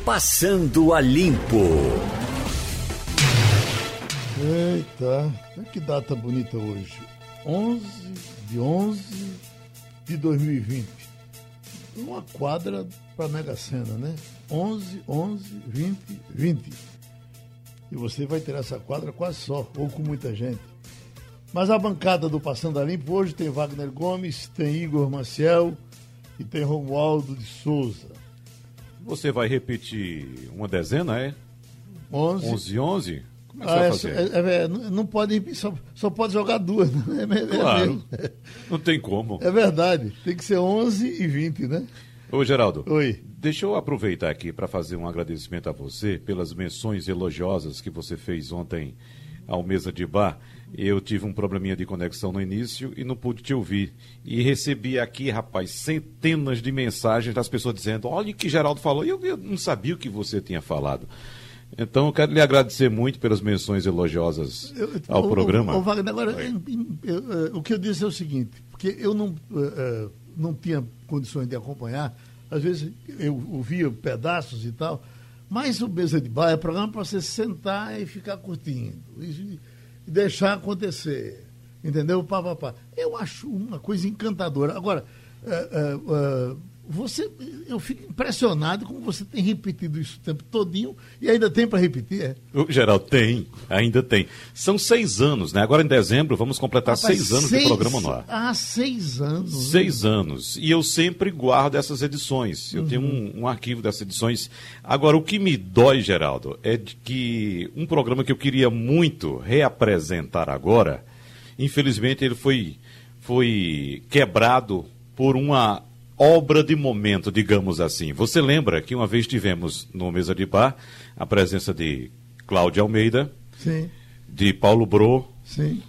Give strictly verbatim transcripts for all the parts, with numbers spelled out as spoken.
Passando a Limpo. Eita, que data bonita hoje. onze de onze de dois mil e vinte. Uma quadra para a Mega Sena, né? onze, onze, vinte, vinte. E você vai ter essa quadra quase só, ou com muita gente. Mas a bancada do Passando a Limpo hoje tem Wagner Gomes, tem Igor Maciel e tem Romualdo de Souza. Você vai repetir uma dezena, é? onze. onze, onze? Como é que Ah, você vai é, fazer? é, é, não pode, só, só pode jogar duas, né? É, Claro, é, não tem como. é verdade, tem que ser onze e vinte, né? Ô, Geraldo, Oi. Deixa eu aproveitar aqui para fazer um agradecimento a você pelas menções elogiosas que você fez ontem ao Mesa de Bar. Eu tive um probleminha de conexão no início e não pude te ouvir. E recebi aqui, rapaz, centenas de mensagens das pessoas dizendo: olha o que Geraldo falou, e eu, eu não sabia o que você tinha falado. Então, eu quero lhe agradecer muito pelas menções elogiosas eu, ao o, programa. O, o Wagner, agora, em, em, eu, uh, o que eu disse é o seguinte, porque eu não, uh, uh, não tinha condições de acompanhar, às vezes eu ouvia pedaços e tal, mas o Mesa de Bar é programa para você sentar e ficar curtindo, e, e deixar acontecer, entendeu? Pá, pá, pá. Eu acho uma coisa encantadora. Agora, uh, uh, uh, Você, eu fico impressionado como você tem repetido isso o tempo todinho e ainda tem para repetir, é? O Geraldo, tem, ainda tem. São seis anos, né? Agora em dezembro vamos completar Rapaz, seis anos seis, de programa no ar. Ah, seis anos. Seis né? anos. E eu sempre guardo essas edições. Eu uhum. tenho um, um arquivo dessas edições. Agora, o que me dói, Geraldo, é de que um programa que eu queria muito reapresentar agora, infelizmente ele foi, foi quebrado por uma obra de momento, digamos assim. Você lembra que uma vez tivemos no Mesa de Bar a presença de Cláudia Almeida, sim, de Paulo Bro, sim,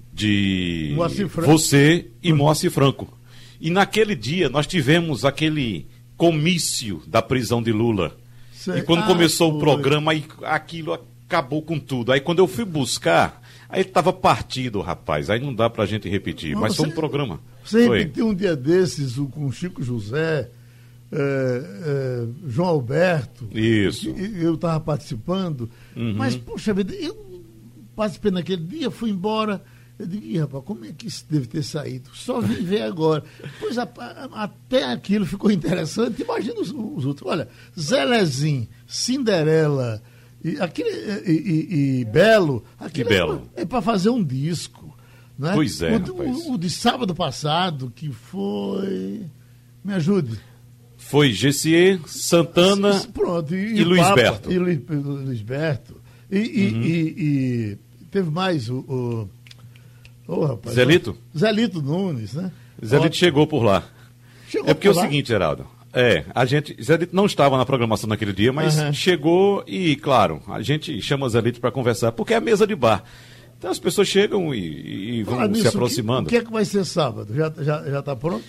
de você e uhum. Moacir Franco. E naquele dia nós tivemos aquele comício da prisão de Lula. Sei. E quando ah, começou foi. o programa, aí aquilo acabou com tudo. Aí quando eu fui buscar, aí ele estava partido, rapaz. Aí não dá pra gente repetir, não, mas você... foi um programa. Você repetiu um dia desses o, com Chico José, é, é, João Alberto. Isso. Eu estava participando, uhum. mas, poxa vida, eu participei naquele dia, fui embora. Eu digo, Ih, rapaz, como é que isso deve ter saído? Só vim ver agora. Pois a, a, até aquilo ficou interessante. Imagina os, os outros. Olha, Zelezinho, Cinderela, e, aquele, e, e, e Belo. E Belo. É para fazer um disco. Né? Pois é, o, o, o de sábado passado, que foi... Me ajude. Foi Gessier, Santana Pronto, e, e, e Luiz Papa, Berto. E Luiz, Luiz Berto. E, e, uhum. e, e teve mais o... o oh, rapaz, Zelito? Zelito Nunes, né? Zelito Ó, chegou por lá. Chegou é porque é o lá? seguinte, Geraldo. É, a gente... Zelito não estava na programação naquele dia, mas uhum. chegou e, claro, a gente chama Zelito para conversar, porque é a mesa de bar. Então as pessoas chegam e, e vão ah, se nisso, aproximando. O que, o que é que vai ser sábado? Já está já, já tá pronto?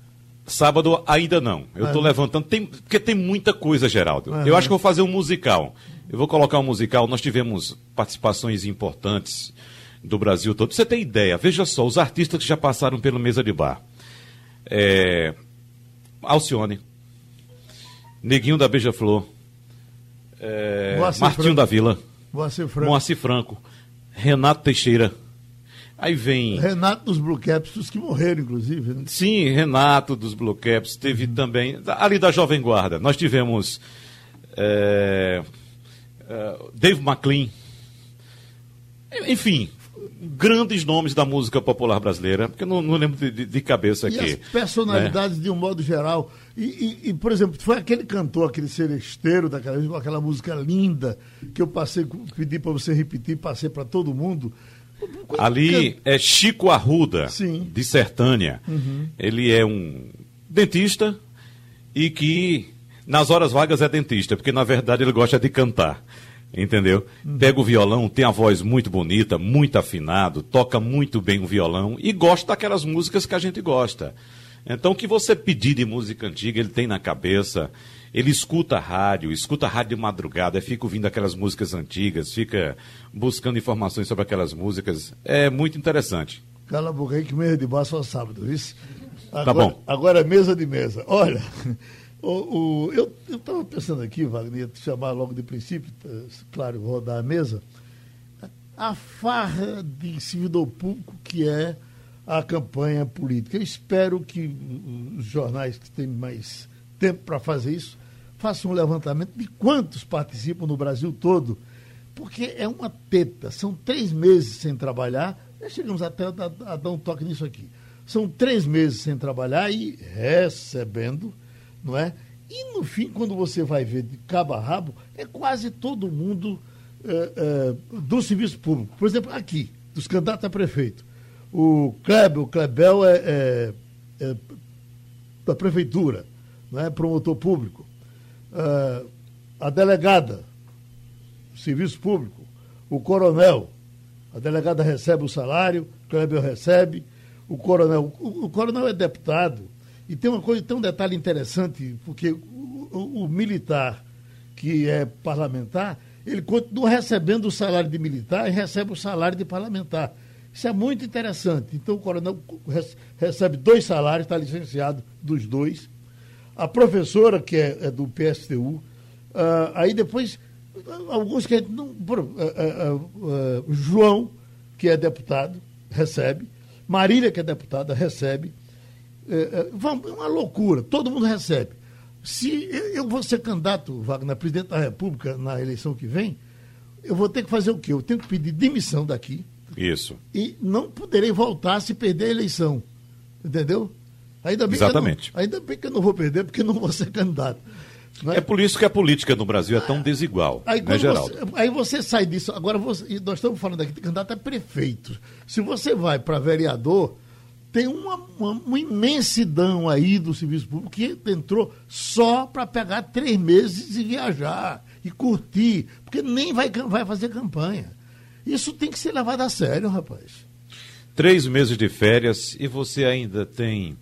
Sábado ainda não. Eu estou ah, levantando, tem, porque tem muita coisa, Geraldo. Ah, eu acho que vou fazer um musical. Eu vou colocar um musical. Nós tivemos participações importantes do Brasil todo. Você tem ideia? Veja só, os artistas que já passaram pelo Mesa de Bar. É, Alcione, Neguinho da Beija-Flor, é, Martinho Franco. da Vila, Moacir Franco. Moacir Franco, Renato Teixeira. Aí vem... Renato dos Blue Caps, os que morreram, inclusive. Né? Sim, Renato dos Blue Caps. Teve uhum. também... Ali da Jovem Guarda. Nós tivemos... É, é, Dave McLean. Enfim, grandes nomes da música popular brasileira, porque eu não, não lembro de, de cabeça aqui. E as personalidades, né? De um modo geral. E, e, e, por exemplo, foi aquele cantor, aquele seresteiro daquela vez, com aquela música linda, que eu passei, pedi para você repetir, passei para todo mundo. Ali é Chico Arruda, Sim. de Sertânia. Uhum. Ele é um dentista e que, nas horas vagas, é dentista, porque, na verdade, ele gosta de cantar. Entendeu? Uhum. Pega o violão, tem a voz muito bonita, muito afinado, toca muito bem o violão e gosta daquelas músicas que a gente gosta. Então, o que você pedir de música antiga, ele tem na cabeça, ele escuta rádio, escuta rádio de madrugada, fica ouvindo aquelas músicas antigas, fica buscando informações sobre aquelas músicas. É muito interessante. Cala a boca aí que Mesa de Bar só sábado, isso? Agora, tá bom. Agora é mesa de mesa. Olha, O, o, eu estava pensando aqui, Wagner, ia te chamar logo de princípio, claro, rodar a mesa, a farra de servidor público que é a campanha política. Eu espero que os jornais que têm mais tempo para fazer isso façam um levantamento de quantos participam no Brasil todo, porque é uma teta. São três meses sem trabalhar, já chegamos até a, a, a dar um toque nisso aqui. São três meses sem trabalhar e recebendo, não é? E no fim, quando você vai ver de cabo a rabo, é quase todo mundo é, é, do serviço público. Por exemplo, aqui, dos candidatos a prefeito. O Kleber, o Klebel é, é, é da prefeitura, não é? Promotor público. É, a delegada, serviço público. O coronel, a delegada recebe o salário, o Kleber recebe. O coronel, o, o coronel é deputado. E tem uma coisa, tem um detalhe interessante, porque o, o, o militar que é parlamentar, ele continua recebendo o salário de militar e recebe o salário de parlamentar. Isso é muito interessante. Então o coronel recebe dois salários, está licenciado dos dois. A professora, que é, é do P S T U, uh, aí depois, alguns que não. Uh, uh, uh, uh, João, que é deputado, recebe. Marília, que é deputada, recebe. É, é uma loucura, todo mundo recebe. Se eu vou ser candidato, Wagner, presidente da República na eleição que vem, eu vou ter que fazer o quê? Eu tenho que pedir demissão daqui. Isso. E não poderei voltar se perder a eleição. Entendeu? Ainda bem Exatamente. Que eu não, ainda bem que eu não vou perder, porque não vou ser candidato. É? É por isso que a política no Brasil é tão desigual, aí, né, Geraldo? Você, aí você sai disso. Agora, você, nós estamos falando aqui de candidato a prefeito. Se você vai para vereador, tem uma, uma, uma imensidão aí do serviço público que entrou só para pegar três meses e viajar e curtir, porque nem vai, vai fazer campanha. Isso tem que ser levado a sério, rapaz. Três meses de férias e você ainda tem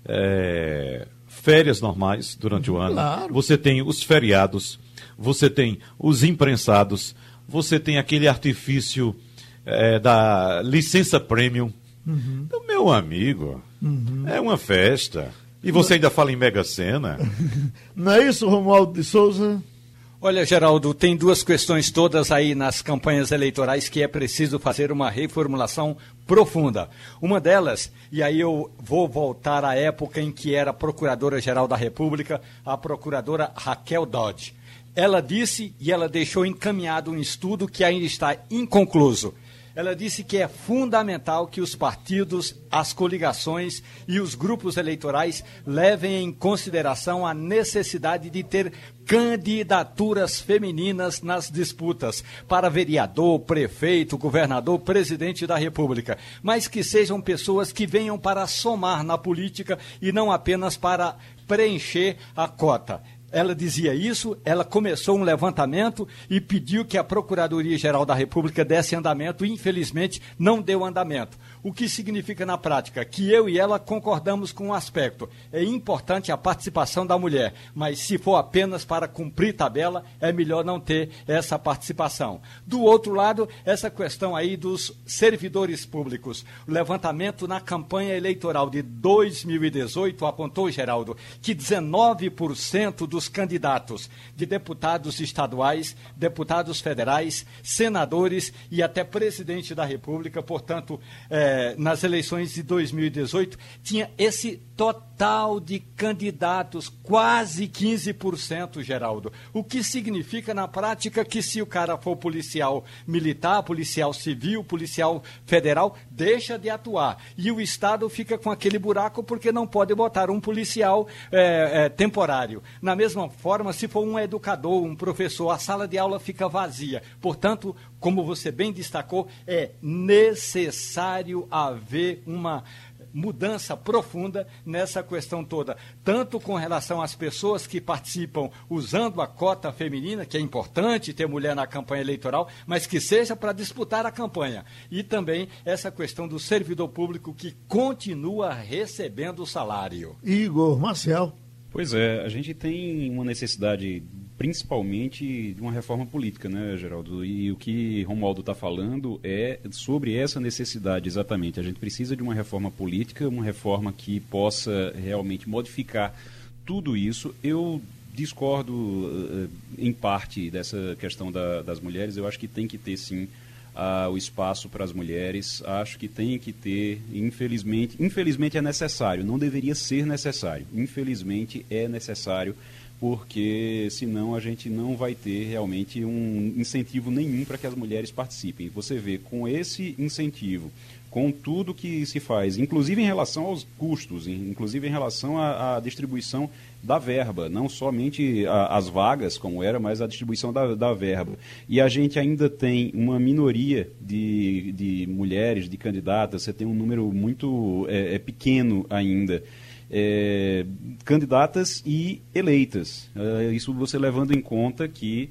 é, férias normais durante o ano. Claro. Você tem os feriados, você tem os imprensados, você tem aquele artifício é, da licença premium. Uhum. Então, meu amigo, uhum. é uma festa. E você ainda fala em Mega Sena? Não é isso, Romualdo de Souza? Olha, Geraldo, tem duas questões todas aí nas campanhas eleitorais que é preciso fazer uma reformulação profunda. Uma delas, e aí eu vou voltar à época em que era Procuradora-Geral da República, a Procuradora Raquel Dodge. Ela disse, e ela deixou encaminhado um estudo que ainda está inconcluso. Ela disse que é fundamental que os partidos, as coligações e os grupos eleitorais levem em consideração a necessidade de ter candidaturas femininas nas disputas para vereador, prefeito, governador, presidente da República, mas que sejam pessoas que venham para somar na política e não apenas para preencher a cota. Ela dizia isso, ela começou um levantamento e pediu que a Procuradoria-Geral da República desse andamento, e infelizmente não deu andamento. O que significa na prática? Que eu e ela concordamos com um aspecto. É importante a participação da mulher, mas se for apenas para cumprir tabela, é melhor não ter essa participação. Do outro lado, essa questão aí dos servidores públicos. O levantamento na campanha eleitoral de dois mil e dezoito apontou, Geraldo, que dezenove por cento dos candidatos de deputados estaduais, deputados federais, senadores e até presidente da República, portanto, eh, nas eleições de dois mil e dezoito, tinha esse total de candidatos, quase quinze por cento, Geraldo. O que significa, na prática, que se o cara for policial militar, policial civil, policial federal, deixa de atuar. E o Estado fica com aquele buraco porque não pode botar um policial eh, eh, temporário. Na mesma forma, se for um educador, um professor, a sala de aula fica vazia. Portanto, como você bem destacou, é necessário haver uma mudança profunda nessa questão toda, tanto com relação às pessoas que participam usando a cota feminina, que é importante ter mulher na campanha eleitoral, mas que seja para disputar a campanha. E também essa questão do servidor público que continua recebendo o salário. Igor Marcel. Pois é, a gente tem uma necessidade, principalmente, de uma reforma política, né, Geraldo? E o que Romualdo está falando é sobre essa necessidade, exatamente. A gente precisa de uma reforma política, uma reforma que possa realmente modificar tudo isso, eu discordo uh, em parte dessa questão da, das mulheres. Eu acho que tem que ter, sim, uh, o espaço para as mulheres. Acho que tem que ter, infelizmente, infelizmente é necessário, não deveria ser necessário. Infelizmente é necessário, porque senão a gente não vai ter realmente um incentivo nenhum para que as mulheres participem. Você vê, com esse incentivo, com tudo que se faz, inclusive em relação aos custos, inclusive em relação à, à distribuição da verba, não somente a, as vagas, como era, mas a distribuição da, da verba. E a gente ainda tem uma minoria de, de mulheres, de candidatas, você tem um número muito é, é pequeno ainda, É, candidatas e eleitas. É, isso você levando em conta que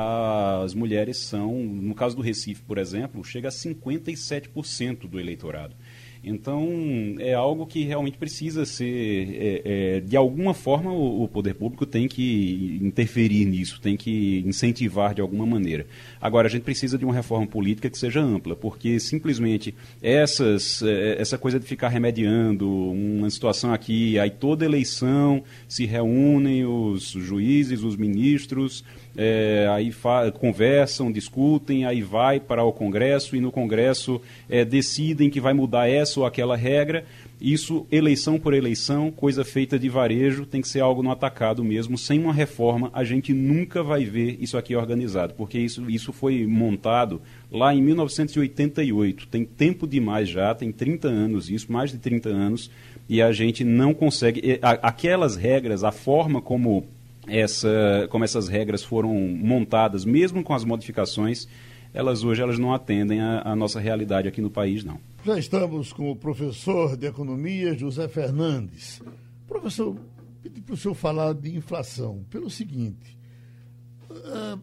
as mulheres são, no caso do Recife, por exemplo, chega a cinquenta e sete por cento do eleitorado. Então, é algo que realmente precisa ser, é, é, de alguma forma, o, o poder público tem que interferir nisso, tem que incentivar de alguma maneira. Agora, a gente precisa de uma reforma política que seja ampla, porque simplesmente essas, é, essa coisa de ficar remediando uma situação aqui, aí toda eleição se reúnem os juízes, os ministros, É, aí conversam, discutem, aí vai para o Congresso e no Congresso é, decidem que vai mudar essa ou aquela regra. Isso, eleição por eleição, coisa feita de varejo, tem que ser algo no atacado mesmo. Sem uma reforma, a gente nunca vai ver isso aqui organizado, porque isso, isso foi montado lá em mil novecentos e oitenta e oito. Tem tempo demais já, tem trinta anos isso, mais de trinta anos, e a gente não consegue... Aquelas regras, a forma como... Essa, como essas regras foram montadas, mesmo com as modificações, elas hoje elas não atendem à nossa realidade aqui no país, não. Já estamos com o professor de Economia, José Fernandes. Professor, pedi para o senhor falar de inflação, pelo seguinte, a,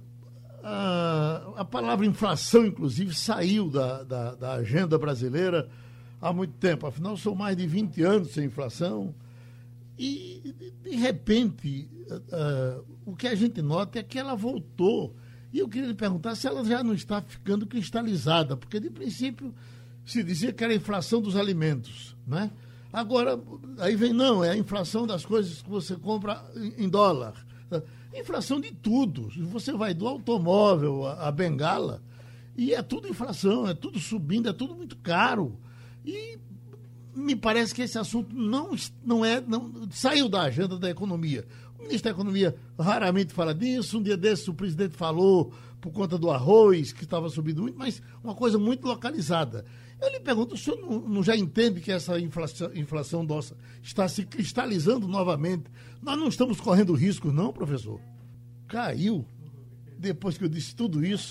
a, a palavra inflação, inclusive, saiu da, da, da agenda brasileira há muito tempo, afinal são mais de vinte anos sem inflação. E, de repente, uh, o que a gente nota é que ela voltou. E eu queria lhe perguntar se ela já não está ficando cristalizada, porque, de princípio, se dizia que era a inflação dos alimentos, né? Agora, aí vem, não, é a inflação das coisas que você compra em dólar. Inflação de tudo. Você vai do automóvel à bengala, e é tudo inflação, é tudo subindo, é tudo muito caro. E... me parece que esse assunto não, não é, não, saiu da agenda da economia. O ministro da Economia raramente fala disso. Um dia desses o presidente falou por conta do arroz, que estava subindo muito, mas uma coisa muito localizada. Eu lhe pergunto, o senhor não, não já entende que essa inflação, inflação nossa está se cristalizando novamente? Nós não estamos correndo riscos, não, professor? Caiu. Depois que eu disse tudo isso,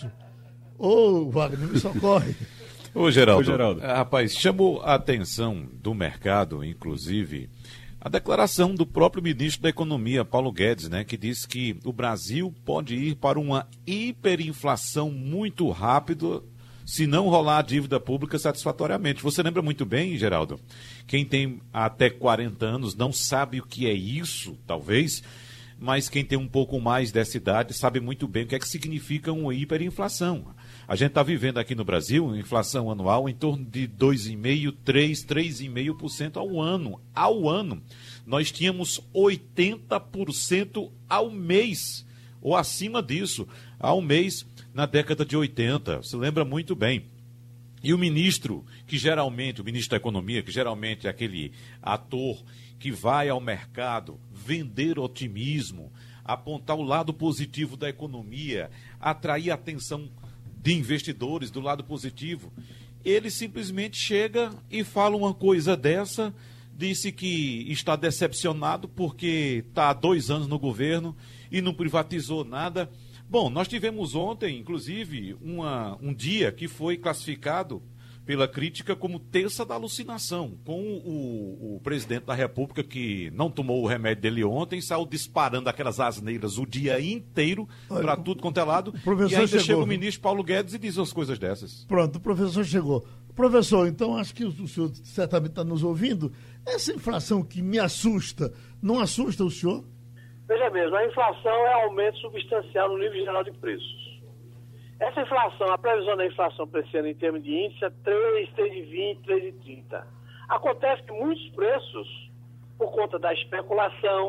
ô, Wagner, me socorre. Ô, Geraldo, Ô, Geraldo. rapaz, chamou a atenção do mercado, inclusive, a declaração do próprio ministro da Economia, Paulo Guedes, né, que disse que o Brasil pode ir para uma hiperinflação muito rápido se não rolar a dívida pública satisfatoriamente. Você lembra muito bem, Geraldo? Quem tem até quarenta anos não sabe o que é isso, talvez, mas quem tem um pouco mais dessa idade sabe muito bem o que é que significa uma hiperinflação. A gente está vivendo aqui no Brasil inflação anual em torno de dois vírgula cinco por cento, três por cento, três vírgula cinco por cento ao ano. Ao ano, nós tínhamos oitenta por cento ao mês, ou acima disso, ao mês na década de oitenta. Você lembra muito bem. E o ministro, que geralmente, o ministro da Economia, que geralmente é aquele ator que vai ao mercado vender otimismo, apontar o lado positivo da economia, atrair atenção de investidores do lado positivo, ele simplesmente chega e fala uma coisa dessa, disse que está decepcionado porque está há dois anos no governo e não privatizou nada. Bom, nós tivemos ontem, inclusive, uma, um dia que foi classificado pela crítica como terça da alucinação, com o, o presidente da República, que não tomou o remédio dele ontem, saiu disparando aquelas asneiras o dia inteiro, para tudo quanto é lado, e ainda chegou. Chega o ministro Paulo Guedes e diz umas coisas dessas. Pronto, o professor chegou. Professor, então acho que o, o senhor certamente está nos ouvindo. Essa inflação que me assusta, não assusta o senhor? Veja mesmo, a inflação é aumento substancial no nível geral de preços. Essa inflação, a previsão da inflação para esse ano em termos de índice é três, três vírgula vinte, três vírgula trinta. Acontece que muitos preços, por conta da especulação,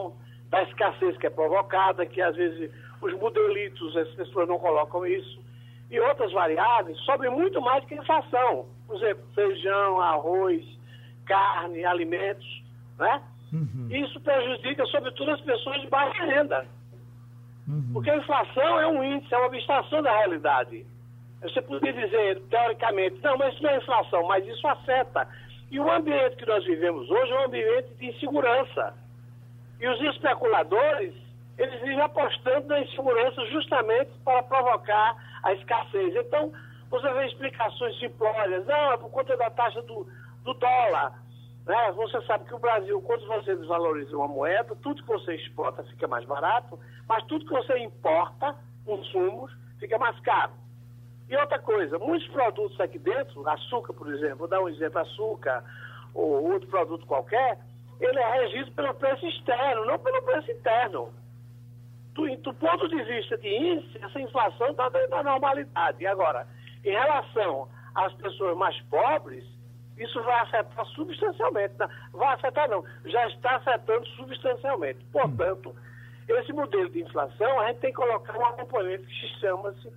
da escassez que é provocada, que às vezes os modelitos, as pessoas não colocam isso, e outras variáveis, sobe muito mais do que a inflação. Por exemplo, feijão, arroz, carne, alimentos, né? Uhum. Isso prejudica, sobretudo, as pessoas de baixa renda. Uhum. Porque a inflação é um índice, é uma abstração da realidade. Você poderia dizer, teoricamente, não, mas isso não é inflação, mas isso afeta. E o ambiente que nós vivemos hoje é um ambiente de insegurança. E os especuladores, eles vivem apostando na insegurança justamente para provocar a escassez. Então, você vê explicações simplórias, não, é por conta da taxa do, do dólar. Né? Você sabe que o Brasil, quando você desvaloriza uma moeda, tudo que você exporta fica mais barato, mas tudo que você importa, insumos, fica mais caro. E outra coisa, muitos produtos aqui dentro, açúcar, por exemplo, vou dar um exemplo, açúcar ou outro produto qualquer, ele é regido pelo preço externo, não pelo preço interno. Do, do ponto de vista de índice, essa inflação está dentro da normalidade. E agora, em relação às pessoas mais pobres, isso vai afetar substancialmente. Não, vai afetar não, já está afetando substancialmente. Portanto, esse modelo de inflação, a gente tem que colocar uma componente que chama-se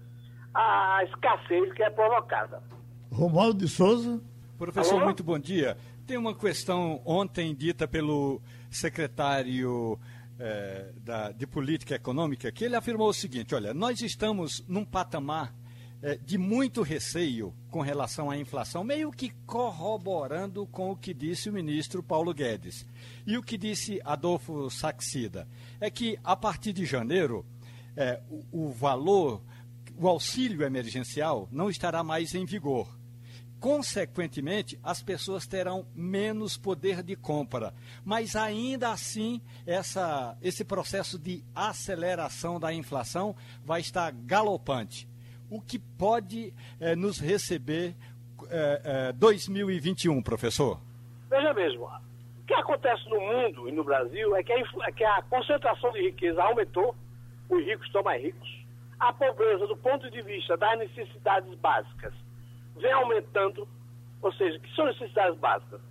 a escassez que é provocada. Romualdo de Souza. Professor, Alô? muito bom dia. Tem uma questão ontem dita pelo secretário eh, da, de Política Econômica, que ele afirmou o seguinte, olha, nós estamos num patamar eh, de muito receio com relação à inflação, meio que corroborando com o que disse o ministro Paulo Guedes. E o que disse Adolfo Saxida é que, a partir de janeiro, eh, o, o valor, o auxílio emergencial não estará mais em vigor. Consequentemente, as pessoas terão menos poder de compra. Mas ainda assim, essa, esse processo de aceleração da inflação vai estar galopante. O que pode eh, nos receber eh, eh, dois mil e vinte e um, professor? Veja mesmo, o que acontece no mundo e no Brasil é que a, é que a concentração de riqueza aumentou, os ricos estão mais ricos, a pobreza do ponto de vista das necessidades básicas vem aumentando, ou seja, que são necessidades básicas?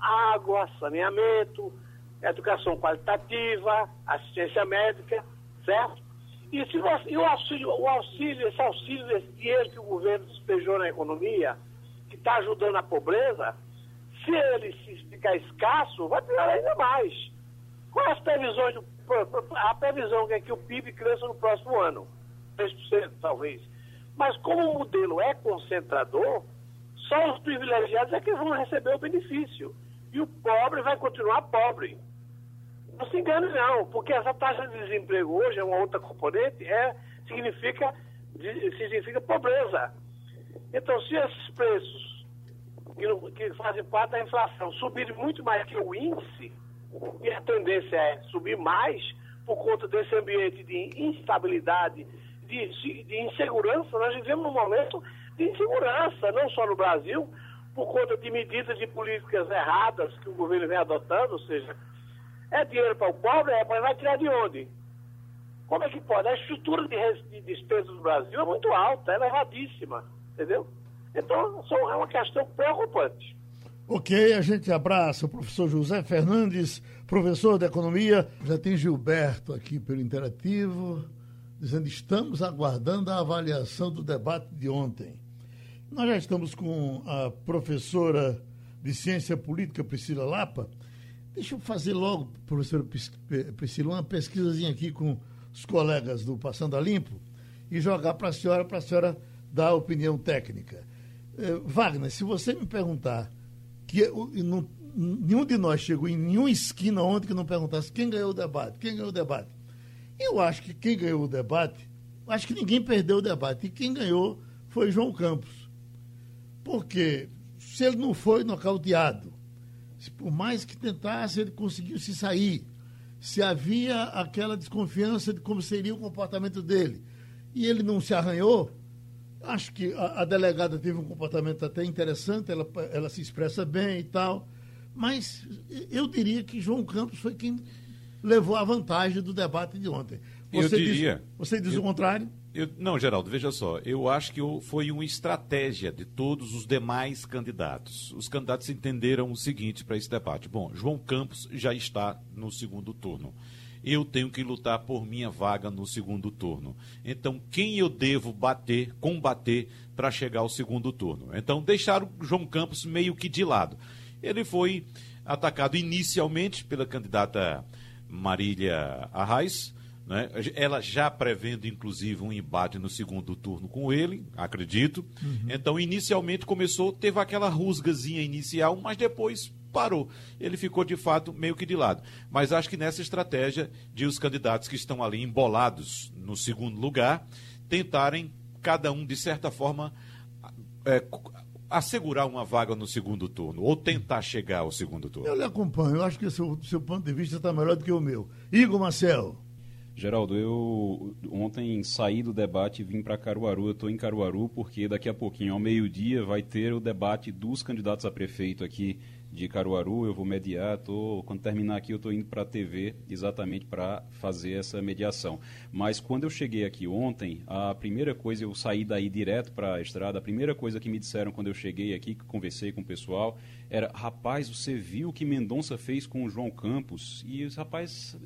Água, saneamento, educação qualitativa, assistência médica, certo? E, se você, e o, auxílio, o auxílio, esse auxílio, esse dinheiro que o governo despejou na economia, que está ajudando a pobreza, se ele se ficar escasso, vai piorar ainda mais. Qual é as previsões? Do, a previsão é que o P I B cresça no próximo ano, três por cento talvez. Mas como o modelo é concentrador, só os privilegiados é que vão receber o benefício. E o pobre vai continuar pobre. Não se engane não, porque essa taxa de desemprego hoje é uma outra componente, é, significa, significa pobreza. Então, se esses preços que, não, que fazem parte da inflação subirem muito mais que o índice, e a tendência é subir mais por conta desse ambiente de instabilidade, De, de insegurança, nós vivemos num momento de insegurança, não só no Brasil, por conta de medidas de políticas erradas que o governo vem adotando, ou seja, é dinheiro para o pobre, é, mas vai tirar de onde? Como é que pode? A estrutura de, de despesa do Brasil é muito alta, é elevadíssima, entendeu? Então, é uma questão preocupante. Ok, a gente abraça o professor José Fernandes, professor de Economia. Já tem Gilberto aqui pelo Interativo, dizendo, estamos aguardando a avaliação do debate de ontem. Nós já estamos com a professora de Ciência Política, Priscila Lapa. Deixa eu fazer logo, professora Priscila, uma pesquisazinha aqui com os colegas do Passando a Limpo e jogar para a senhora, para a senhora dar a opinião técnica. Eh, Wagner, se você me perguntar, que eu, não, nenhum de nós chegou em nenhuma esquina ontem que não perguntasse quem ganhou o debate, quem ganhou o debate. Eu acho que quem ganhou o debate, acho que ninguém perdeu o debate, e quem ganhou foi João Campos. Porque se ele não foi nocauteado, se por mais que tentasse, ele conseguiu se sair, se havia aquela desconfiança de como seria o comportamento dele, e ele não se arranhou, acho que a, a delegada teve um comportamento até interessante, ela, ela se expressa bem e tal, mas eu diria que João Campos foi quem levou a vantagem do debate de ontem. Você eu diria. Diz, você diz eu, o contrário? Eu, não, Geraldo, veja só. Eu acho que foi uma estratégia de todos os demais candidatos. Os candidatos entenderam o seguinte para esse debate. Bom, João Campos já está no segundo turno. eu tenho que lutar por minha vaga no segundo turno. Então, quem eu devo bater, combater para chegar ao segundo turno? Então, deixaram o João Campos meio que de lado. Ele foi atacado inicialmente pela candidata Marília Arraes, né? Ela já prevendo, inclusive, um embate no segundo turno com ele, acredito. Uhum. Então, inicialmente começou, teve aquela rusgazinha inicial, mas depois parou. Ele ficou, de fato, meio que de lado. Mas acho que nessa estratégia de os candidatos que estão ali embolados no segundo lugar, tentarem, cada um, de certa forma, é, assegurar uma vaga no segundo turno, ou tentar chegar ao segundo turno. Eu lhe acompanho, eu acho que o seu, seu ponto de vista está melhor do que o meu. Igor Marcel. Geraldo, eu ontem saí do debate e vim para Caruaru. Eu estou em Caruaru porque daqui a pouquinho, ao meio-dia, vai ter o debate dos candidatos a prefeito aqui de Caruaru. Eu vou mediar, tô, quando terminar aqui eu estou indo para a T V exatamente para fazer essa mediação. Mas quando eu cheguei aqui ontem, a primeira coisa, eu saí daí direto para a estrada, a primeira coisa que me disseram quando eu cheguei aqui, que conversei com o pessoal, era: rapaz, você viu o que Mendonça fez com o João Campos? E os rapaz,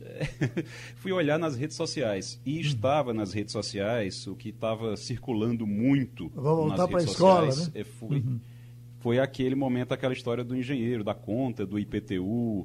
fui olhar nas redes sociais, e uhum. estava nas redes sociais, o que estava circulando muito Vou voltar nas redes escola, sociais, né? foi, uhum. foi aquele momento, aquela história do engenheiro, da conta, do I P T U,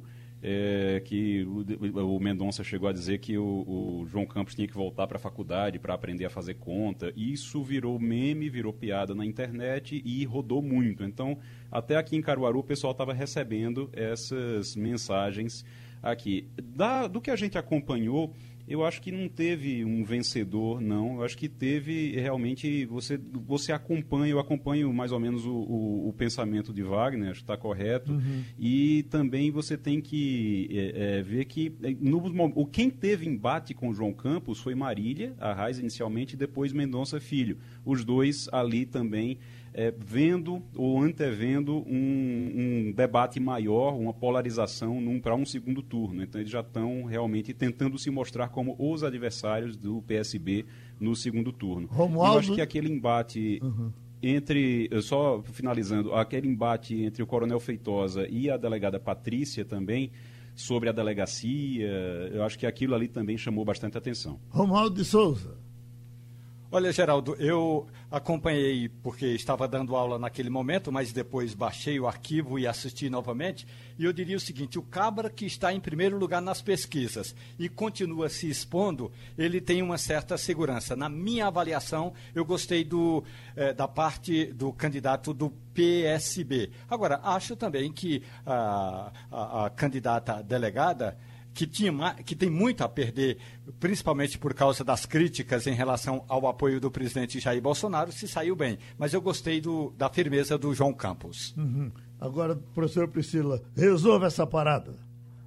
é, que o, o Mendonça chegou a dizer que o, o João Campos tinha que voltar para a faculdade para aprender a fazer conta. Isso virou meme, virou piada na internet e rodou muito. Então, até aqui em Caruaru, o pessoal estava recebendo essas mensagens aqui. Da, do que a gente acompanhou, eu acho que não teve um vencedor, não. Eu acho que teve realmente... Você, você acompanha, eu acompanho mais ou menos o, o, o pensamento de Wagner, acho que está correto. Uhum. E também você tem que é, é, ver que no, o, quem teve embate com o João Campos foi Marília Arraes inicialmente, e depois Mendonça Filho. Os dois ali também é, vendo ou antevendo um, um debate maior, uma polarização para um segundo turno. Então eles já estão realmente tentando se mostrar como os adversários do P S B no segundo turno. Romualdo... Eu acho que aquele embate uhum. entre, só finalizando, aquele embate entre o Coronel Feitosa e a delegada Patrícia também, sobre a delegacia, eu acho que aquilo ali também chamou bastante atenção. Romualdo de Souza. Olha, Geraldo, eu acompanhei porque estava dando aula naquele momento, mas depois baixei o arquivo e assisti novamente, e eu diria o seguinte: o Cabra, que está em primeiro lugar nas pesquisas e continua se expondo, ele tem uma certa segurança. Na minha avaliação, eu gostei do, eh, da parte do candidato do P S B. Agora, acho também que a, a, a candidata delegada, que, tinha, que tem muito a perder, principalmente por causa das críticas em relação ao apoio do presidente Jair Bolsonaro, se saiu bem. Mas eu gostei do, da firmeza do João Campos. Uhum. Agora, professora Priscila, resolva essa parada.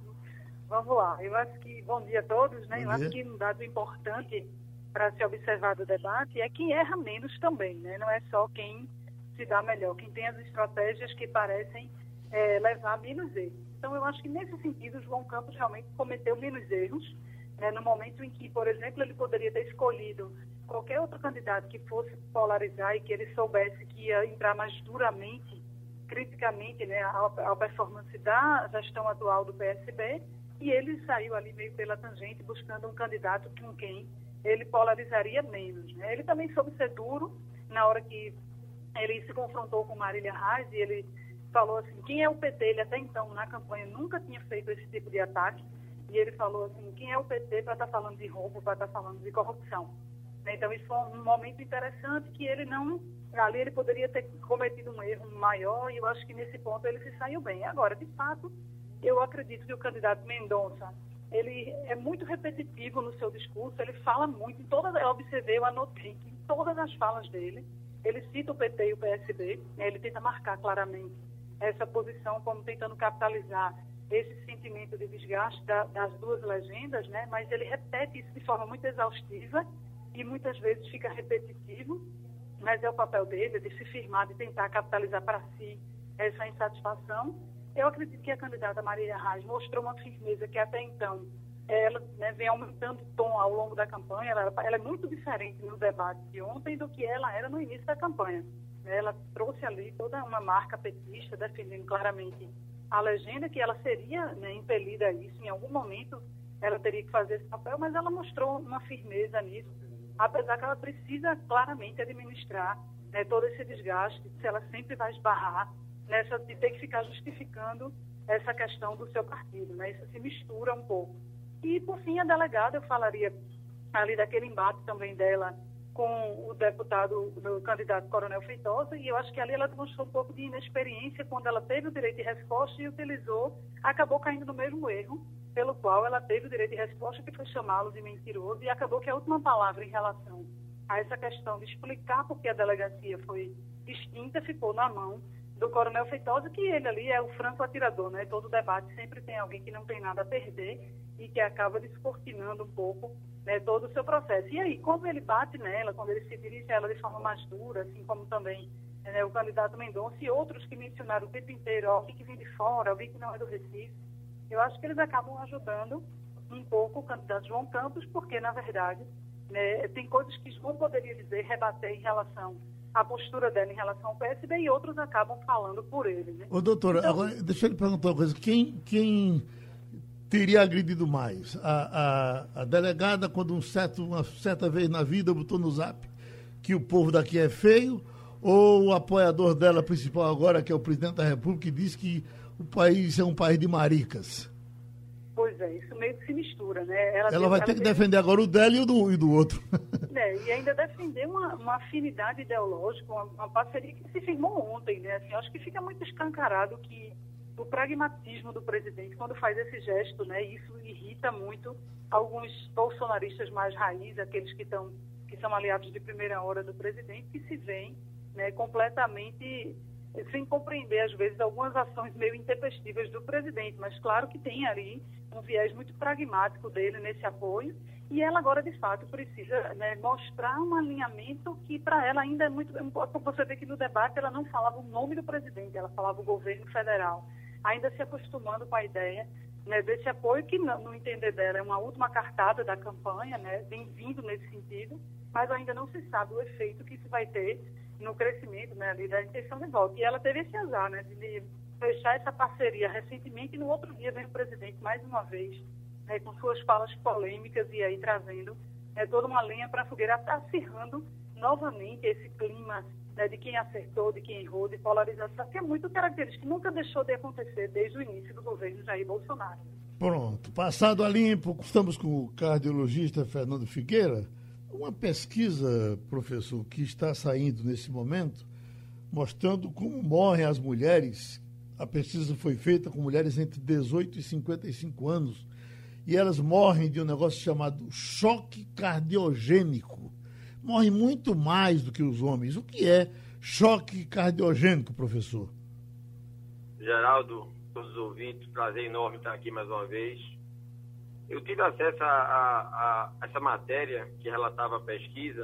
Vamos lá. Eu acho que, bom dia a todos, né? Eu acho que um dado importante para se observar do debate é quem erra menos também, né? Não é só quem se dá melhor, quem tem as estratégias que parecem é, levar menos erros. Então, eu acho que, nesse sentido, o João Campos realmente cometeu menos erros, né, no momento em que, por exemplo, ele poderia ter escolhido qualquer outro candidato que fosse polarizar e que ele soubesse que ia entrar mais duramente, criticamente, né, à performance da gestão atual do P S B, e ele saiu ali meio pela tangente buscando um candidato com quem ele polarizaria menos, né. Ele também soube ser duro na hora que ele se confrontou com Marília Arraes e ele falou assim: quem é o P T? Ele até então, na campanha, nunca tinha feito esse tipo de ataque. E ele falou assim: quem é o P T para estar tá falando de roubo, para estar tá falando de corrupção? Então, isso foi um momento interessante que ele não... Ali ele poderia ter cometido um erro maior, e eu acho que nesse ponto ele se saiu bem. Agora, de fato, eu acredito que o candidato Mendonça, ele é muito repetitivo no seu discurso, ele fala muito. Em todas, eu observei, eu anotei que em todas as falas dele, ele cita o P T e o P S B, né, ele tenta marcar claramente essa posição como tentando capitalizar esse sentimento de desgaste da, das duas legendas, né? Mas ele repete isso de forma muito exaustiva e muitas vezes fica repetitivo, mas é o papel dele de se firmar, de tentar capitalizar para si essa insatisfação. Eu acredito que a candidata Marília Arraes mostrou uma firmeza que até então ela, né, vem aumentando o tom ao longo da campanha. Ela, ela é muito diferente no debate de ontem do que ela era no início da campanha. Ela trouxe ali toda uma marca petista, defendendo claramente a legenda, que ela seria, né, impelida a isso em algum momento, ela teria que fazer esse papel, mas ela mostrou uma firmeza nisso, apesar que ela precisa claramente administrar, né, todo esse desgaste, se ela sempre vai esbarrar nessa de ter que ficar justificando essa questão do seu partido, né? Isso se mistura um pouco. E, por fim, a delegada, eu falaria ali daquele embate também dela com o deputado, o candidato Coronel Feitosa, e eu acho que ali ela demonstrou um pouco de inexperiência quando ela teve o direito de resposta e utilizou, acabou caindo no mesmo erro, pelo qual ela teve o direito de resposta, que foi chamá-lo de mentiroso, e acabou que a última palavra em relação a essa questão de explicar por que a delegacia foi extinta ficou na mão do Coronel Feitosa, que ele ali é o franco atirador, né? Todo debate sempre tem alguém que não tem nada a perder e que acaba descortinando um pouco, né, todo o seu processo. E aí, como ele bate nela, quando ele se dirige a ela de forma mais dura, assim como também, né, o candidato Mendonça e outros que mencionaram o tempo inteiro, alguém que vem de fora, alguém que não é do Recife, eu acho que eles acabam ajudando um pouco o candidato João Campos, porque, na verdade, né, tem coisas que João poderia dizer, rebater em relação à postura dela em relação ao P S B e outros acabam falando por ele. Né? Ô, doutora, então, agora, deixa eu lhe perguntar uma coisa. Quem, quem teria agredido mais? A, a, a delegada, quando um certo, uma certa vez na vida botou no zap que o povo daqui é feio, ou o apoiador dela principal agora, que é o presidente da República, que diz que o país é um país de maricas? Pois é, isso meio que se mistura, né? Ela, ela tem, vai ela ter que tem... defender agora o dela e o do, e do outro. É, e ainda defender uma, uma afinidade ideológica, uma, uma parceria que se firmou ontem, né? Assim, acho que fica muito escancarado que o pragmatismo do presidente, quando faz esse gesto, né? Isso irrita muito alguns bolsonaristas mais raiz, aqueles que, tão, que são aliados de primeira hora do presidente, que se veem, né, completamente sem compreender, às vezes, algumas ações meio intempestivas do presidente, mas claro que tem ali um viés muito pragmático dele nesse apoio, e ela agora, de fato, precisa, né, mostrar um alinhamento que, para ela, ainda é muito... Você vê que no debate ela não falava o nome do presidente, ela falava o governo federal, ainda se acostumando com a ideia, né, desse apoio, que, no, no entender dela, é uma última cartada da campanha, né, bem-vindo nesse sentido, mas ainda não se sabe o efeito que isso vai ter no crescimento, né, ali da intenção de voto. E ela teve esse azar, né, de fechar essa parceria recentemente, e no outro dia vem o presidente mais uma vez, né, com suas falas polêmicas e aí trazendo, né, toda uma lenha para a fogueira, acirrando novamente esse clima, né, de quem acertou, de quem errou, de polarização, que é muito característico, nunca deixou de acontecer desde o início do governo Jair Bolsonaro. Pronto, passado a limpo, estamos com o cardiologista Fernando Figueira. Uma pesquisa, professor, que está saindo nesse momento, mostrando como morrem as mulheres. A pesquisa foi feita com mulheres entre dezoito e cinquenta e cinco anos, e elas morrem de um negócio chamado choque cardiogênico. Morrem muito mais do que os homens. O que é choque cardiogênico, professor? Geraldo, todos os ouvintes, prazer enorme estar aqui mais uma vez. Eu tive acesso a, a, a essa matéria que relatava a pesquisa,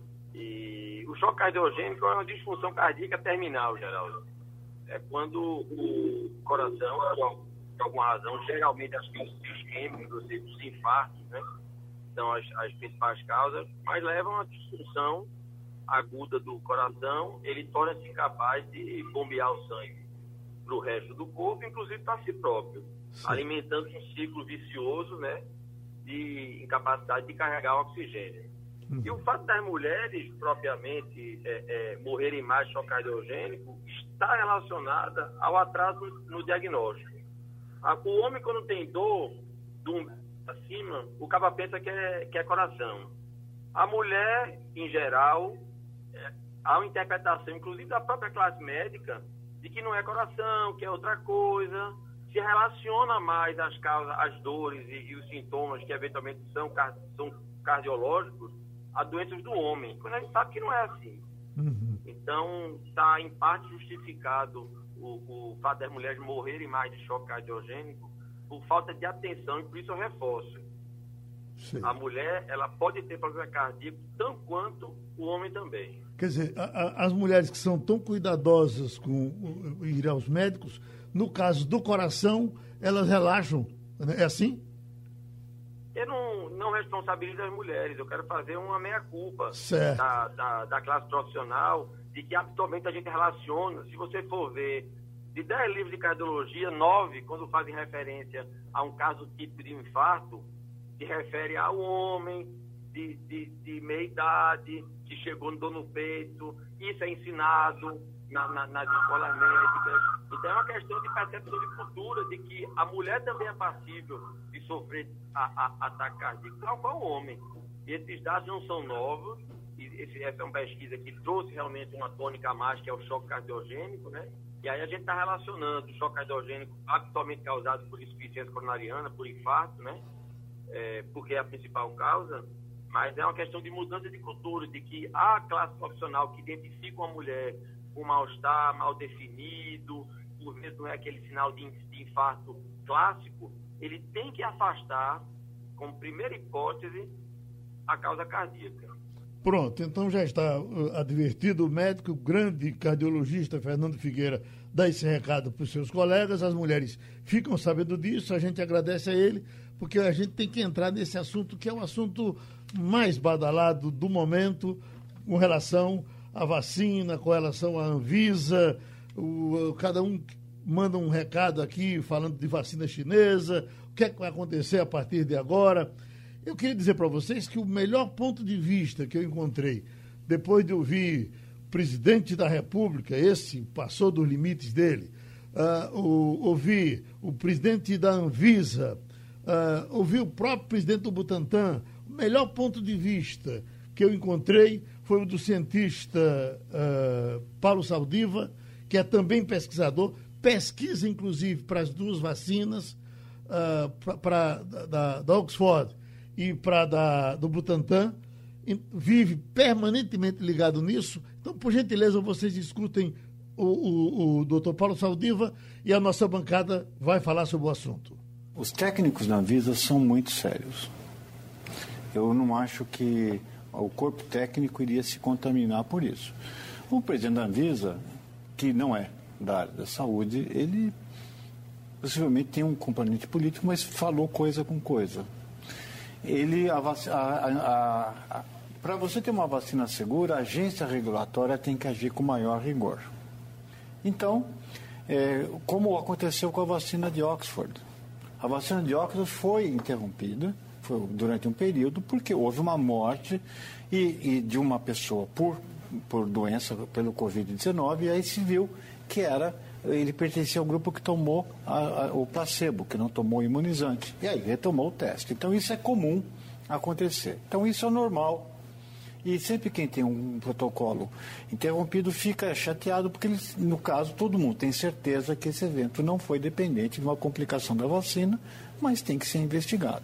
e o choque cardiogênico é uma disfunção cardíaca terminal, Geraldo. É quando o coração, por alguma razão, geralmente as causas isquêmicas, ou seja, os infartos, né, são as, as principais causas, mas levam a uma disfunção aguda do coração, ele torna-se incapaz de bombear o sangue para o resto do corpo, inclusive para si próprio. Sim. Alimentando um ciclo vicioso, né, de incapacidade de carregar o oxigênio. Uhum. E o fato das mulheres, propriamente, é, é, morrerem mais de choque cardiogênico está relacionada ao atraso no diagnóstico. O homem, quando tem dor do umbigo acima, o caba pensa que é, que é coração. A mulher, em geral, é, há uma interpretação, inclusive da própria classe médica, de que não é coração, que é outra coisa. Se relaciona mais as causas, as dores e, e os sintomas que eventualmente são, são cardiológicos a doenças do homem, quando a gente sabe que não é assim. Uhum. Então, está em parte justificado o, o fato das mulheres morrerem mais de choque cardiogênico por falta de atenção, e por isso eu reforço. Sim. A mulher, ela pode ter problema cardíaco tão quanto o homem também. Quer dizer, a, a, as mulheres que são tão cuidadosas com ir aos médicos, no caso do coração, elas relaxam. É assim? Eu não, não responsabilizo as mulheres. Eu quero fazer uma meia-culpa da, da, da classe profissional, de que habitualmente a gente relaciona. Se você for ver, de dez livros de cardiologia, nove, quando fazem referência a um caso típico de infarto, se refere ao homem de, de, de meia idade, que chegou no dor no peito. Isso é ensinado na, na, nas escolas médicas. Então é uma questão de percepção de cultura, de que a mulher também é passível de sofrer a, a, ataque cardíaco, tal qual o homem. E esses dados não são novos. E esse, essa é uma pesquisa que trouxe realmente uma tônica a mais, que é o choque cardiogênico, né? E aí a gente está relacionando o choque cardiogênico habitualmente causado por insuficiência coronariana, por infarto, né? É, porque é a principal causa, mas é uma questão de mudança de cultura, de que a classe profissional que identifica uma mulher com mal-estar, mal definido, por vezes não é aquele sinal de, de infarto clássico, ele tem que afastar, como primeira hipótese, a causa cardíaca. Pronto, então já está uh, advertido o médico, o grande cardiologista Fernando Figueira dá esse recado para os seus colegas, as mulheres ficam sabendo disso, a gente agradece a ele, porque a gente tem que entrar nesse assunto que é o assunto mais badalado do momento, com relação à vacina, com relação à Anvisa, o, cada um manda um recado aqui falando de vacina chinesa, o que é que vai acontecer a partir de agora. Eu queria dizer para vocês que o melhor ponto de vista que eu encontrei, depois de ouvir o presidente da República, esse passou dos limites dele, uh, o, ouvir o presidente da Anvisa, uh, ouvir o próprio presidente do Butantan, o melhor ponto de vista que eu encontrei foi o do cientista uh, Paulo Saldiva, que é também pesquisador, pesquisa inclusive para as duas vacinas, uh, para da, da Oxford e para do Butantan, vive permanentemente ligado nisso. Então, por gentileza, vocês escutem o, o, o doutor Paulo Saldiva e a nossa bancada vai falar sobre o assunto. Os técnicos da Anvisa são muito sérios. Eu não acho que o corpo técnico iria se contaminar por isso. O presidente da Anvisa, que não é da área da saúde, ele possivelmente tem um componente político, mas falou coisa com coisa. Ele, a, a, a, para você ter uma vacina segura, a agência regulatória tem que agir com maior rigor. Então, é, como aconteceu com a vacina de Oxford. A vacina de Oxford foi interrompida foi durante um período porque houve uma morte e, e de uma pessoa por, por doença pelo covid dezenove, e aí se viu que era... ele pertencia ao grupo que tomou a, a, o placebo, que não tomou o imunizante. E aí retomou o teste. Então isso é comum acontecer. Então isso é normal. E sempre quem tem um protocolo interrompido fica chateado, porque eles, no caso todo mundo tem certeza que esse evento não foi dependente de uma complicação da vacina, mas tem que ser investigado.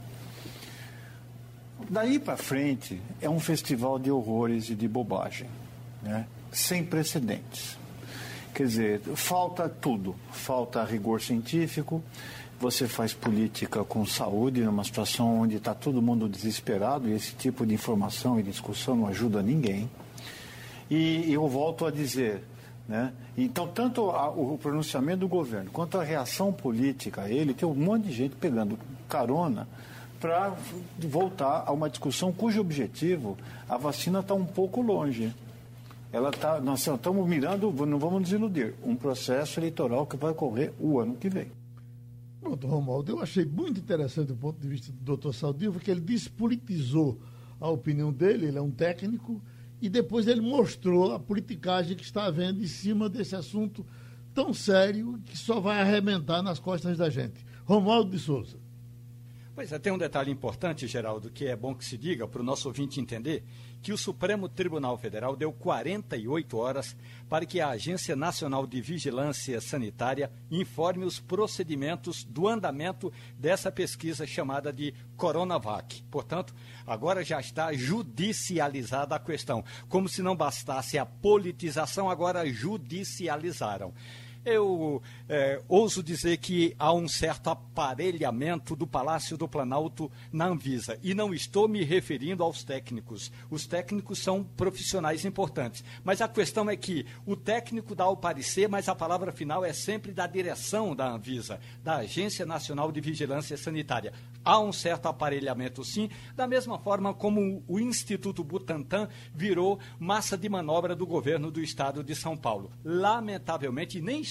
Daí para frente é um festival de horrores e de bobagem, né? Sem precedentes. Quer dizer, falta tudo, falta rigor científico, você faz política com saúde numa situação onde está todo mundo desesperado e esse tipo de informação e discussão não ajuda ninguém. E eu volto a dizer, né? Então, tanto a, o pronunciamento do governo quanto a reação política a ele, tem um monte de gente pegando carona para voltar a uma discussão cujo objetivo, a vacina está um pouco longe. Ela tá, nós estamos mirando, não vamos nos iludir, um processo eleitoral que vai ocorrer o ano que vem. Pronto, Romualdo, eu achei muito interessante o ponto de vista do doutor Saldiva, que ele despolitizou a opinião dele, ele é um técnico, e depois ele mostrou a politicagem que está havendo em cima desse assunto tão sério que só vai arrebentar nas costas da gente. Romualdo de Souza. Pois é, tem um detalhe importante, Geraldo, que é bom que se diga para o nosso ouvinte entender, que o Supremo Tribunal Federal deu quarenta e oito horas para que a Agência Nacional de Vigilância Sanitária informe os procedimentos do andamento dessa pesquisa chamada de Coronavac. Portanto, agora já está judicializada a questão. Como se não bastasse a politização, agora judicializaram. Eu é, ouso dizer que há um certo aparelhamento do Palácio do Planalto na Anvisa. E não estou me referindo aos técnicos. Os técnicos são profissionais importantes. Mas a questão é que o técnico dá o parecer, mas a palavra final é sempre da direção da Anvisa, da Agência Nacional de Vigilância Sanitária. Há um certo aparelhamento, sim, da mesma forma como o Instituto Butantan virou massa de manobra do governo do estado de São Paulo. Lamentavelmente, nem estou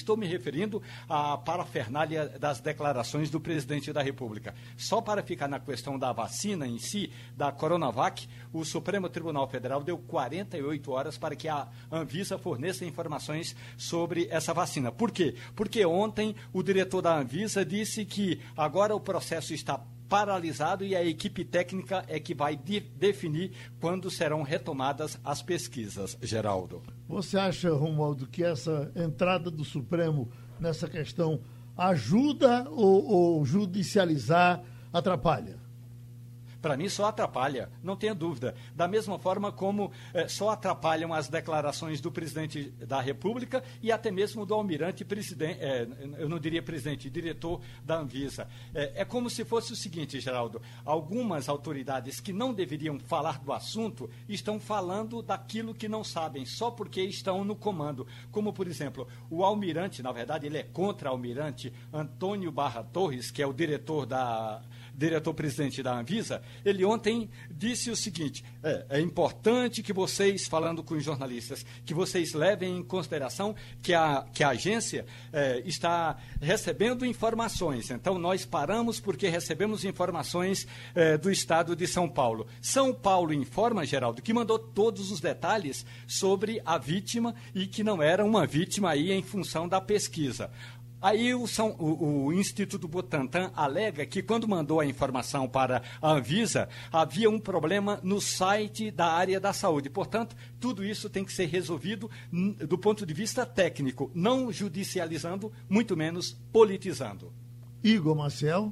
estou me referindo à parafernália das declarações do presidente da República. Só para ficar na questão da vacina em si, da Coronavac, o Supremo Tribunal Federal deu quarenta e oito horas para que a Anvisa forneça informações sobre essa vacina. Por quê? Porque ontem o diretor da Anvisa disse que agora o processo está paralisado e a equipe técnica é que vai de definir quando serão retomadas as pesquisas. Geraldo. Você acha, Romualdo, que essa entrada do Supremo nessa questão ajuda ou, ou judicializar atrapalha? Para mim, só atrapalha, não tenha dúvida. Da mesma forma como eh, só atrapalham as declarações do presidente da República e até mesmo do almirante presidente, eh, eu não diria presidente, diretor da Anvisa. Eh, é como se fosse o seguinte, Geraldo, algumas autoridades que não deveriam falar do assunto estão falando daquilo que não sabem, só porque estão no comando. Como, por exemplo, o almirante, na verdade, ele é contra-almirante Antônio Barra Torres, que é o diretor da... diretor-presidente da Anvisa, ele ontem disse o seguinte, é, é importante que vocês, falando com os jornalistas, que vocês levem em consideração que a, que a agência é, está recebendo informações. Então, nós paramos porque recebemos informações é, do estado de São Paulo. São Paulo informa, Geraldo, que mandou todos os detalhes sobre a vítima e que não era uma vítima aí em função da pesquisa. Aí o, São, o, o Instituto Butantan alega que quando mandou a informação para a Anvisa, havia um problema no site da área da saúde. Portanto, tudo isso tem que ser resolvido do ponto de vista técnico, não judicializando, muito menos politizando. Igor Marcel.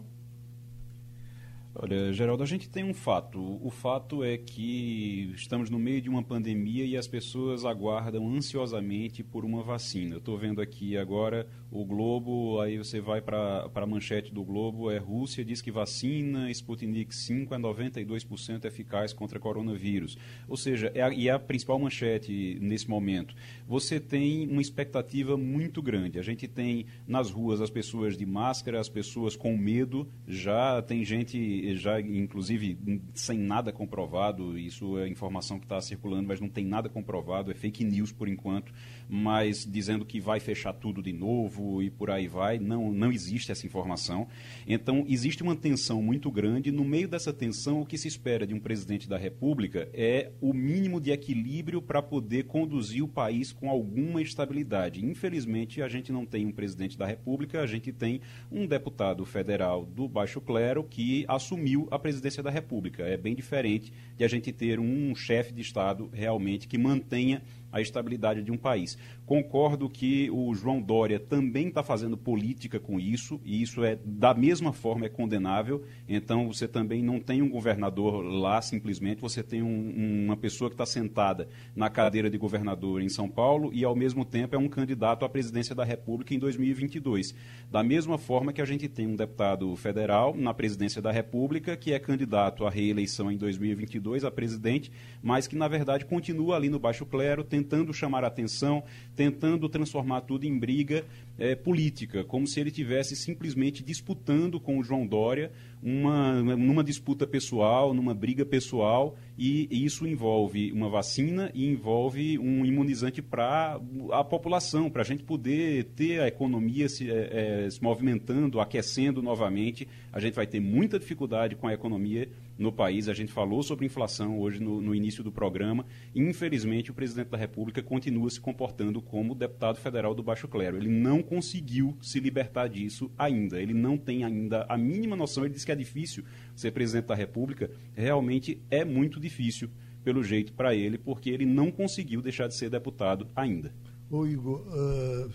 Olha, Geraldo, a gente tem um fato. O fato é que estamos no meio de uma pandemia e as pessoas aguardam ansiosamente por uma vacina. Eu estou vendo aqui agora o Globo, aí você vai para a manchete do Globo, é Rússia diz que vacina Sputnik cinco é noventa e dois por cento eficaz contra coronavírus. Ou seja, é a, e é a principal manchete nesse momento. Você tem uma expectativa muito grande. A gente tem nas ruas as pessoas de máscara, as pessoas com medo, já tem gente... já inclusive sem nada comprovado, isso é informação que está circulando, mas não tem nada comprovado, é fake news por enquanto, mas dizendo que vai fechar tudo de novo e por aí vai, não, não existe essa informação. Então existe uma tensão muito grande. No meio dessa tensão, o que se espera de um presidente da República é o mínimo de equilíbrio para poder conduzir o país com alguma estabilidade. Infelizmente, a gente não tem um presidente da República, a gente tem um deputado federal do baixo clero que assumiu a presidência da República. É bem diferente de a gente ter um chefe de Estado realmente que mantenha a estabilidade de um país. Concordo que o João Dória também está fazendo política com isso, e isso é, da mesma forma, é condenável. Então, você também não tem um governador lá, simplesmente, você tem um, uma pessoa que está sentada na cadeira de governador em São Paulo e, ao mesmo tempo, é um candidato à presidência da República em dois mil e vinte e dois. Da mesma forma que a gente tem um deputado federal na presidência da República, que é candidato à reeleição em dois mil e vinte e dois a presidente, mas que, na verdade, continua ali no baixo clero, tentando chamar a atenção, tentando transformar tudo em briga é, política, como se ele estivesse simplesmente disputando com o João Dória uma, numa disputa pessoal, numa briga pessoal, e, e isso envolve uma vacina e envolve um imunizante para a população, para a gente poder ter a economia se, é, é, se movimentando, aquecendo novamente. A gente vai ter muita dificuldade com a economia no país. A gente falou sobre inflação hoje no, no início do programa. Infelizmente, o presidente da República continua se comportando como deputado federal do baixo clero. Ele não conseguiu se libertar disso ainda. Ele não tem ainda a mínima noção. Ele disse que é difícil ser presidente da República. Realmente é muito difícil, pelo jeito, para ele, porque ele não conseguiu deixar de ser deputado ainda. Ô Igor, uh,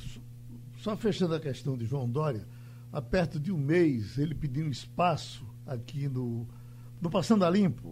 só fechando a questão de João Dória, há perto de um mês ele pediu um espaço aqui no, no Passando a Limpo.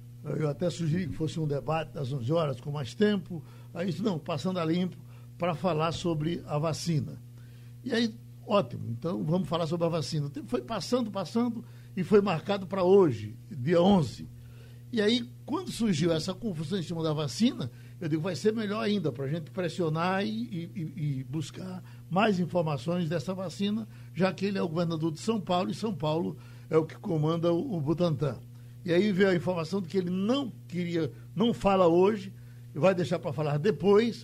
Eu até sugeri que fosse um debate às onze horas com mais tempo. Aí disse, não, Passando a Limpo, para falar sobre a vacina. E aí, ótimo, então vamos falar sobre a vacina. O tempo foi passando, passando e foi marcado para hoje, dia onze. E aí, quando surgiu essa confusão em cima da vacina, eu digo, vai ser melhor ainda para a gente pressionar e, e, e buscar mais informações dessa vacina, já que ele é o governador de São Paulo e São Paulo é o que comanda o, o Butantan. E aí veio a informação de que ele não queria, não fala hoje, vai deixar para falar depois,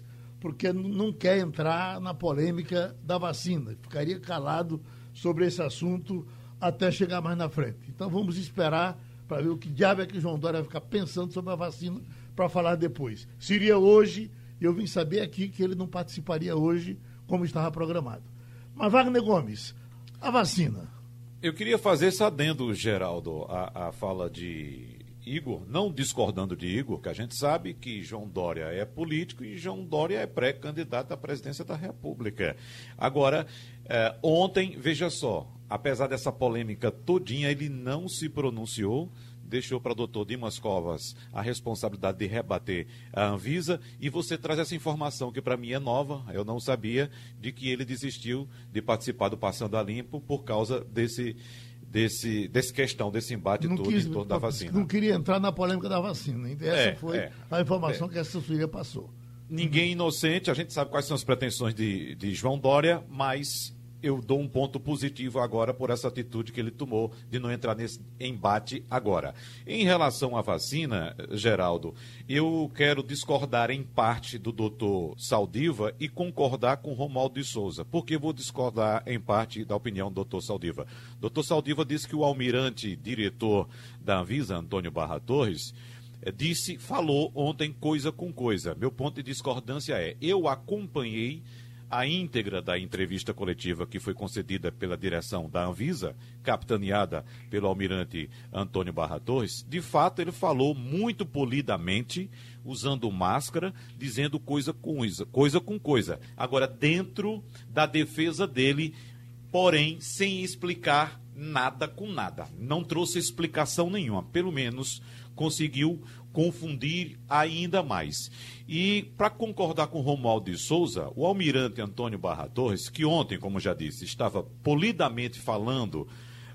porque não quer entrar na polêmica da vacina. Ficaria calado sobre esse assunto até chegar mais na frente. Então vamos esperar para ver o que diabo é que João Dória vai ficar pensando sobre a vacina para falar depois. Seria hoje, eu vim saber aqui que ele não participaria hoje como estava programado. Mas Wagner Gomes, a vacina. Eu queria fazer esse adendo, Geraldo, à, à fala de Igor, não discordando de Igor, que a gente sabe que João Dória é político e João Dória é pré-candidato à presidência da República. Agora, eh, ontem, veja só, apesar dessa polêmica todinha, ele não se pronunciou, deixou para o doutor Dimas Covas a responsabilidade de rebater a Anvisa, e você traz essa informação que para mim é nova, eu não sabia, de que ele desistiu de participar do Passando a Limpo por causa desse, desse, desse questão, desse embate não todo quis, em torno da vacina. Não queria entrar na polêmica da vacina. Essa é, foi é, a informação é. que essa assessoria passou. Ninguém inocente, a gente sabe quais são as pretensões de, de João Dória, mas eu dou um ponto positivo agora por essa atitude que ele tomou de não entrar nesse embate agora. Em relação à vacina, Geraldo, eu quero discordar em parte do doutor Saldiva e concordar com Romualdo de Souza. Por que vou discordar em parte da opinião do doutor Saldiva? doutor Saldiva disse que o almirante diretor da Anvisa, Antônio Barra Torres, disse, falou ontem coisa com coisa. Meu ponto de discordância é, eu acompanhei a íntegra da entrevista coletiva que foi concedida pela direção da Anvisa, capitaneada pelo almirante Antônio Barra Torres. De fato, ele falou muito polidamente, usando máscara, dizendo coisa com coisa, coisa com coisa. Agora, dentro da defesa dele, porém, sem explicar nada com nada. Não trouxe explicação nenhuma, pelo menos conseguiu confundir ainda mais. E, para concordar com Romualdo de Souza, o almirante Antônio Barra Torres, que ontem, como já disse, estava polidamente falando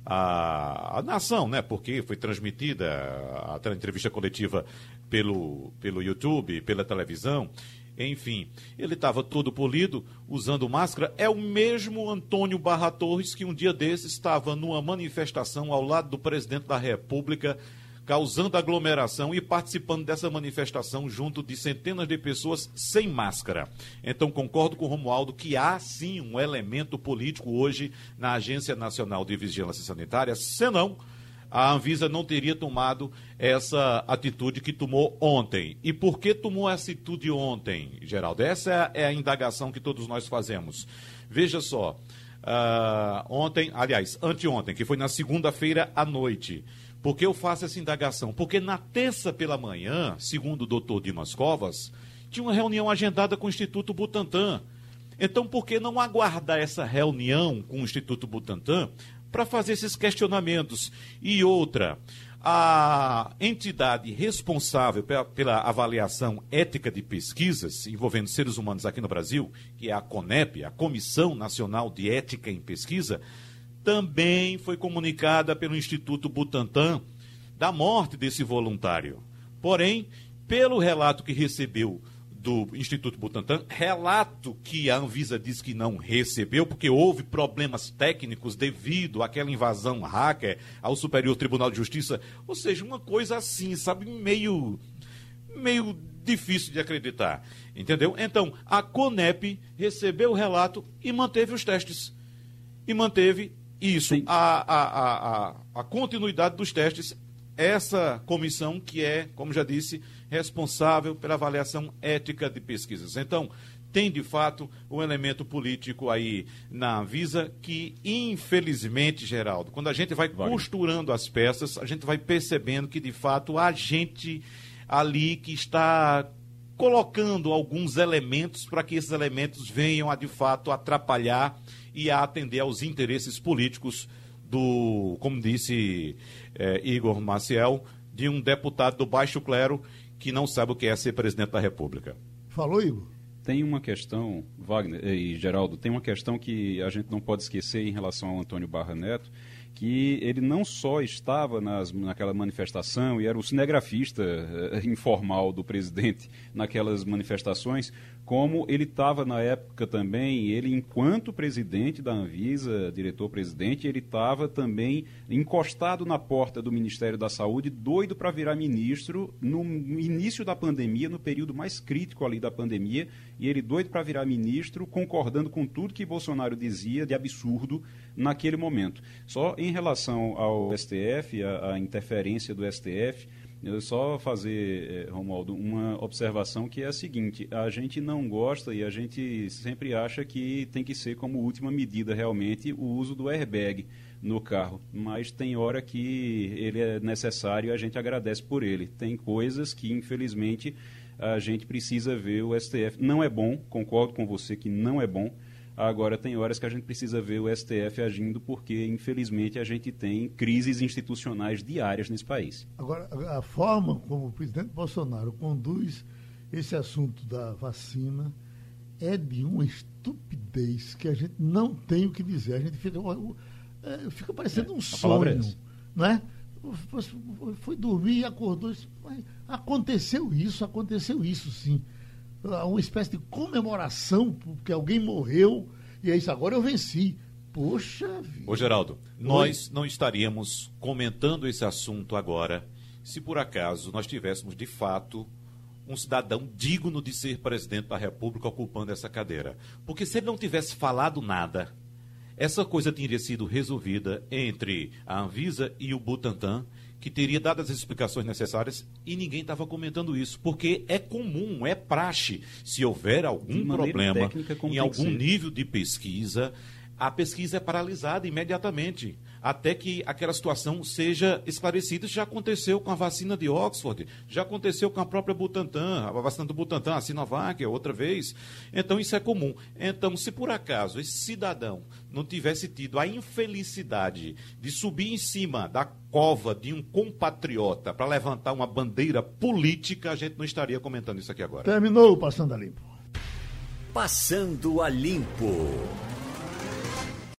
à, à nação, né, porque foi transmitida a, a entrevista coletiva pelo, pelo YouTube, pela televisão, enfim, ele estava todo polido, usando máscara. É o mesmo Antônio Barra Torres que um dia desses estava numa manifestação ao lado do presidente da República, causando aglomeração e participando dessa manifestação junto de centenas de pessoas sem máscara. Então, concordo com o Romualdo que há, sim, um elemento político hoje na Agência Nacional de Vigilância Sanitária, senão a Anvisa não teria tomado essa atitude que tomou ontem. E por que tomou essa atitude ontem, Geraldo? Essa é a indagação que todos nós fazemos. Veja só, uh, ontem, aliás, anteontem, que foi na segunda-feira à noite. Por que eu faço essa indagação? Porque na terça pela manhã, segundo o doutor Dimas Covas, tinha uma reunião agendada com o Instituto Butantan. Então, por que não aguardar essa reunião com o Instituto Butantan para fazer esses questionamentos? E outra, a entidade responsável pela, pela avaliação ética de pesquisas envolvendo seres humanos aqui no Brasil, que é a CONEP, a Comissão Nacional de Ética em Pesquisa, também foi comunicada pelo Instituto Butantan da morte desse voluntário. Porém, pelo relato que recebeu do Instituto Butantan, relato que a Anvisa diz que não recebeu, porque houve problemas técnicos devido àquela invasão hacker ao Superior Tribunal de Justiça, ou seja, uma coisa assim, sabe, meio, meio difícil de acreditar, entendeu? Então, a CONEP recebeu o relato e manteve os testes. E manteve isso, a, a, a, a, a continuidade dos testes, essa comissão que é, como já disse, responsável pela avaliação ética de pesquisas. Então, tem de fato um elemento político aí na Anvisa que, infelizmente, Geraldo, quando a gente vai costurando as peças, a gente vai percebendo que, de fato, há gente ali que está colocando alguns elementos para que esses elementos venham a, de fato, atrapalhar e a atender aos interesses políticos do, como disse eh, Igor Maciel, de um deputado do baixo clero que não sabe o que é ser presidente da República. Falou, Igor? Tem uma questão, Wagner e Geraldo, tem uma questão que a gente não pode esquecer em relação ao Antônio Barra Neto, que ele não só estava nas, naquela manifestação e era o cinegrafista eh, informal do presidente naquelas manifestações, como ele estava na época também, ele enquanto presidente da Anvisa, diretor-presidente, ele estava também encostado na porta do Ministério da Saúde, doido para virar ministro no início da pandemia, no período mais crítico ali da pandemia, e ele doido para virar ministro, concordando com tudo que Bolsonaro dizia de absurdo naquele momento. Só em relação ao S T F, a, a interferência do S T F, eu só fazer, Romualdo, uma observação que é a seguinte: a gente não gosta e a gente sempre acha que tem que ser como última medida realmente o uso do airbag no carro, mas tem hora que ele é necessário e a gente agradece por ele. Tem coisas que, infelizmente, a gente precisa ver o S T F. Não é bom, concordo com você que não é bom. Agora, tem horas que a gente precisa ver o S T F agindo porque, infelizmente, a gente tem crises institucionais diárias nesse país. Agora, a forma como o presidente Bolsonaro conduz esse assunto da vacina é de uma estupidez que a gente não tem o que dizer. A gente fica, é, fica parecendo um sonho, é não é? Foi dormir e acordou. Aconteceu isso, aconteceu isso sim. Uma espécie de comemoração, porque alguém morreu, e é isso, agora eu venci. Poxa vida. Ô Geraldo, nós não estaríamos comentando esse assunto agora se por acaso nós tivéssemos de fato um cidadão digno de ser presidente da República ocupando essa cadeira. Porque se ele não tivesse falado nada, essa coisa teria sido resolvida entre a Anvisa e o Butantan, que teria dado as explicações necessárias e ninguém estava comentando isso, porque é comum, é praxe, se houver algum problema em algum nível de pesquisa, a pesquisa é paralisada imediatamente, até que aquela situação seja esclarecida. Isso já aconteceu com a vacina de Oxford, já aconteceu com a própria Butantan, a vacina do Butantan, a Sinovac, outra vez. Então, isso é comum. Então, se por acaso esse cidadão não tivesse tido a infelicidade de subir em cima da cova de um compatriota para levantar uma bandeira política, a gente não estaria comentando isso aqui agora. Terminou o Passando a Limpo. Passando a Limpo.